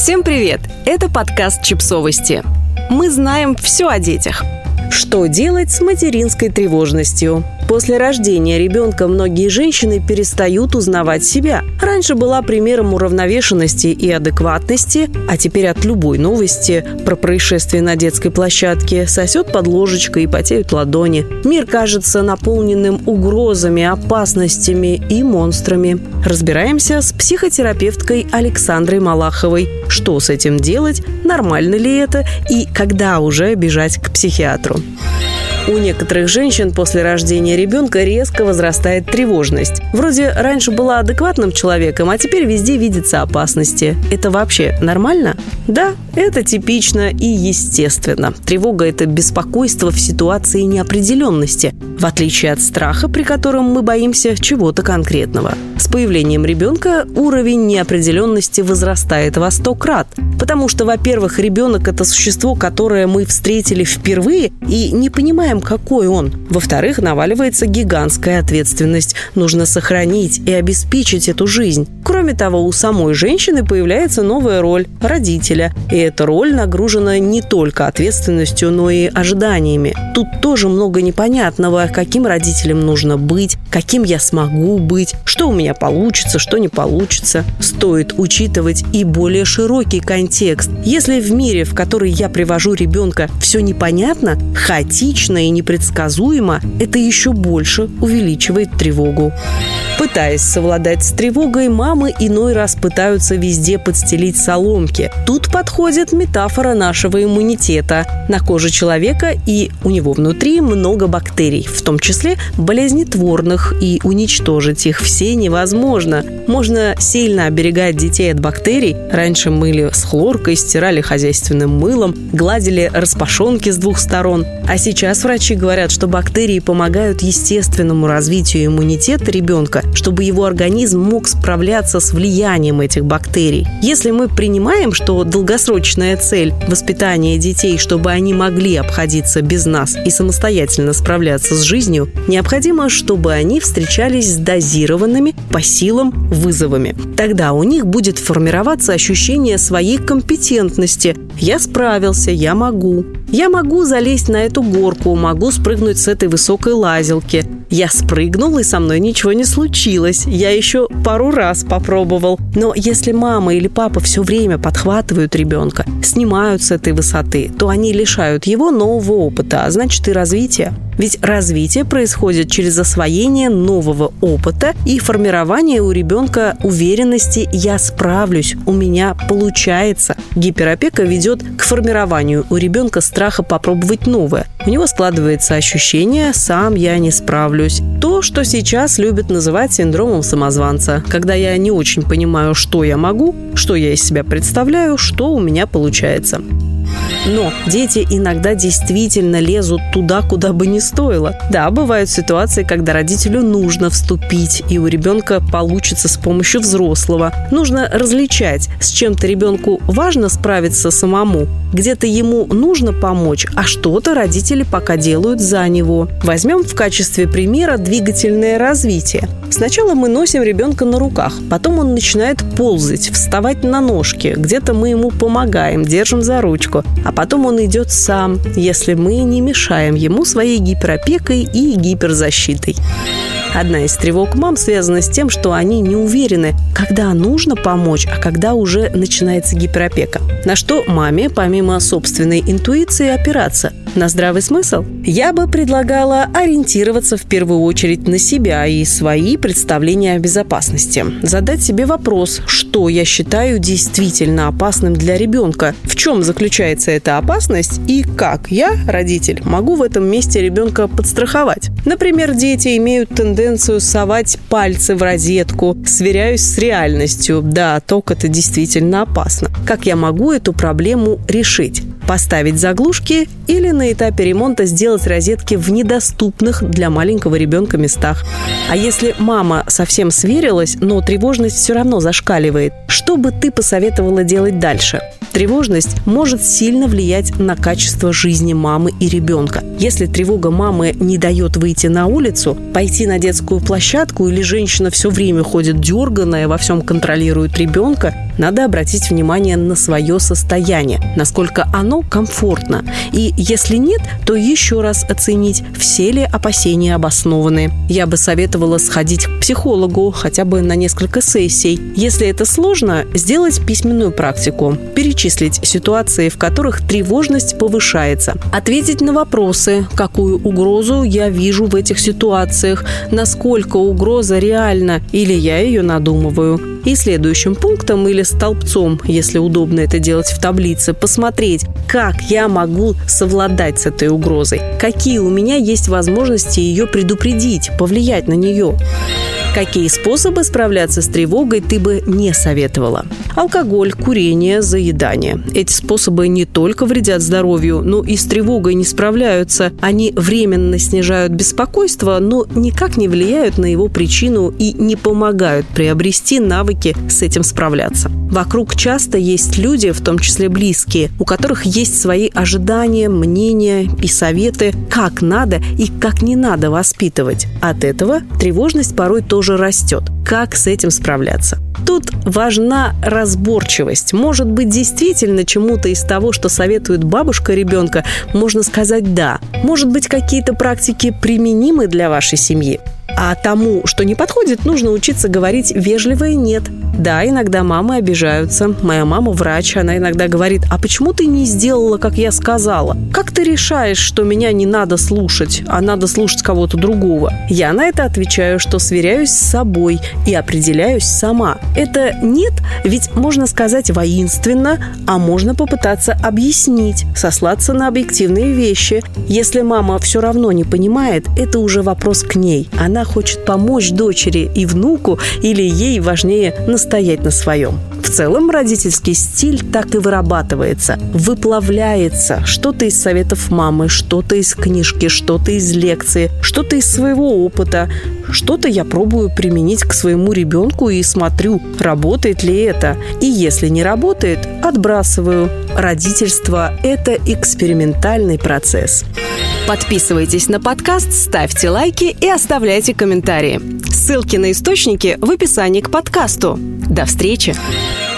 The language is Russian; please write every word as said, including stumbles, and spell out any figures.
Всем привет! Это подкаст «Чипсовости». Мы знаем все о детях. Что делать с материнской тревожностью? После рождения ребенка многие женщины перестают узнавать себя. Раньше была примером уравновешенности и адекватности, а теперь от любой новости про происшествие на детской площадке сосет под ложечкой и потеют ладони. Мир кажется наполненным угрозами, опасностями и монстрами. Разбираемся с психотерапевткой Александрой Малаховой. Что с этим делать, нормально ли это и когда уже бежать к психиатру? У некоторых женщин после рождения ребенка резко возрастает тревожность. Вроде раньше была адекватным человеком, а теперь везде видятся опасности. Это вообще нормально? Да, это типично и естественно. Тревога – это беспокойство в ситуации неопределенности, в отличие от страха, при котором мы боимся чего-то конкретного. С появлением ребенка уровень неопределенности возрастает во сто крат. Потому что, во-первых, ребенок – это существо, которое мы встретили впервые и не понимаем, какой он. Во-вторых, наваливается гигантская ответственность. Нужно сохранить и обеспечить эту жизнь. Кроме того, у самой женщины появляется новая роль – родителя. И эта роль нагружена не только ответственностью, но и ожиданиями. Тут тоже много непонятного, каким родителем нужно быть, каким я смогу быть, что у меня получится, что не получится. Стоит учитывать и более широкий контекст. Если в мире, в который я привожу ребенка, все непонятно, хаотично и непредсказуемо, это еще больше увеличивает тревогу. Пытаясь совладать с тревогой, мамы иной раз пытаются везде подстелить соломки. Тут подходит метафора нашего иммунитета. На коже человека и у него внутри много бактерий, в том числе болезнетворных, и уничтожить их все невозможно. Можно сильно оберегать детей от бактерий. Раньше мыли с хлоркой, стирали хозяйственным мылом, гладили распашонки с двух сторон. А сейчас врачи говорят, что бактерии помогают естественному развитию иммунитета ребенка, чтобы его организм мог справляться с влиянием этих бактерий. Если мы принимаем, что долгосрочная цель – воспитание детей, чтобы они могли обходиться без нас и самостоятельно справляться с жизнью, необходимо, чтобы они встречались с дозированными по силам вызовами. Тогда у них будет формироваться ощущение своей компетентности. Я справился, я могу. Я могу залезть на эту горку, могу спрыгнуть с этой высокой лазилки. Я спрыгнул, и со мной ничего не случилось. Я еще пару раз попробовал. Но если мама или папа все время подхватывают ребенка, снимают с этой высоты, то они лишают его нового опыта, а значит и развития. Ведь развитие происходит через освоение нового опыта и формирование у ребенка уверенности «я справлюсь, у меня получается». Гиперопека ведет к формированию у ребенка страха попробовать новое. У него складывается ощущение «сам я не справлюсь». То, что сейчас любят называть синдромом самозванца, когда я не очень понимаю, что я могу, что я из себя представляю, что у меня получается. Но дети иногда действительно лезут туда, куда бы ни стоило. Да, бывают ситуации, когда родителю нужно вступить, и у ребенка получится с помощью взрослого. Нужно различать, с чем-то ребенку важно справиться самому, где-то ему нужно помочь, а что-то родители пока делают за него. Возьмем в качестве примера двигательное развитие. Сначала мы носим ребенка на руках, потом он начинает ползать, вставать на ножки, где-то мы ему помогаем, держим за ручку, а потом он идет сам, если мы не мешаем ему своей гиперопекой и гиперзащитой. Одна из тревог мам связана с тем, что они не уверены, когда нужно помочь, а когда уже начинается гиперопека. На что маме, помимо собственной интуиции, опираться? На здравый смысл? Я бы предлагала ориентироваться в первую очередь на себя и свои представления о безопасности. Задать себе вопрос, что я считаю действительно опасным для ребенка, в чем заключается эта опасность и как я, родитель, могу в этом месте ребенка подстраховать. Например, дети имеют тенденцию совать пальцы в розетку. Сверяюсь с реальностью. Да, ток – это действительно опасно. Как я могу эту проблему решить? Поставить заглушки или на этапе ремонта сделать розетки в недоступных для маленького ребенка местах. А если мама совсем сверилась, но тревожность все равно зашкаливает, что бы ты посоветовала делать дальше? Тревожность может сильно влиять на качество жизни мамы и ребенка. Если тревога мамы не дает выйти на улицу, пойти на детскую площадку или женщина все время ходит дерганая, во всем контролирует ребенка, надо обратить внимание на свое состояние, насколько оно комфортно. И если нет, то еще раз оценить, все ли опасения обоснованы. Я бы советовала сходить к психологу хотя бы на несколько сессий. Если это сложно, сделать письменную практику, перечислить ситуации, в которых тревожность повышается, ответить на вопросы, какую угрозу я вижу в этих ситуациях, насколько угроза реальна или я ее надумываю. И следующим пунктом или столбцом, если удобно это делать в таблице, посмотреть, как я могу совладать с этой угрозой, какие у меня есть возможности ее предупредить, повлиять на нее. Какие способы справляться с тревогой ты бы не советовала? Алкоголь, курение, заедание. Эти способы не только вредят здоровью, но и с тревогой не справляются. Они временно снижают беспокойство, но никак не влияют на его причину и не помогают приобрести навыки с этим справляться. Вокруг часто есть люди, в том числе близкие, у которых есть свои ожидания, мнения и советы, как надо и как не надо воспитывать. От этого тревожность порой тоже растет. Как с этим справляться? Тут важна разборчивость. Может быть, действительно чему-то из того, что советует бабушка ребенка, можно сказать «да». Может быть, какие-то практики применимы для вашей семьи. А тому, что не подходит, нужно учиться говорить вежливое «нет». Да, иногда мамы обижаются. Моя мама врач, она иногда говорит: «А почему ты не сделала, как я сказала? Как ты решаешь, что меня не надо слушать, а надо слушать кого-то другого?» Я на это отвечаю, что сверяюсь с собой и определяюсь сама. Это «нет» ведь можно сказать воинственно, а можно попытаться объяснить, сослаться на объективные вещи. Если мама все равно не понимает, это уже вопрос к ней. Она хочет помочь дочери и внуку, или ей важнее настоять на своем. В целом родительский стиль так и вырабатывается, выплавляется. Что-то из советов мамы, что-то из книжки, что-то из лекции, что-то из своего опыта. Что-то я пробую применить к своему ребенку и смотрю, работает ли это. И если не работает, отбрасываю. Родительство – это экспериментальный процесс. Подписывайтесь на подкаст, ставьте лайки и оставляйте комментарии. Ссылки на источники в описании к подкасту. До встречи!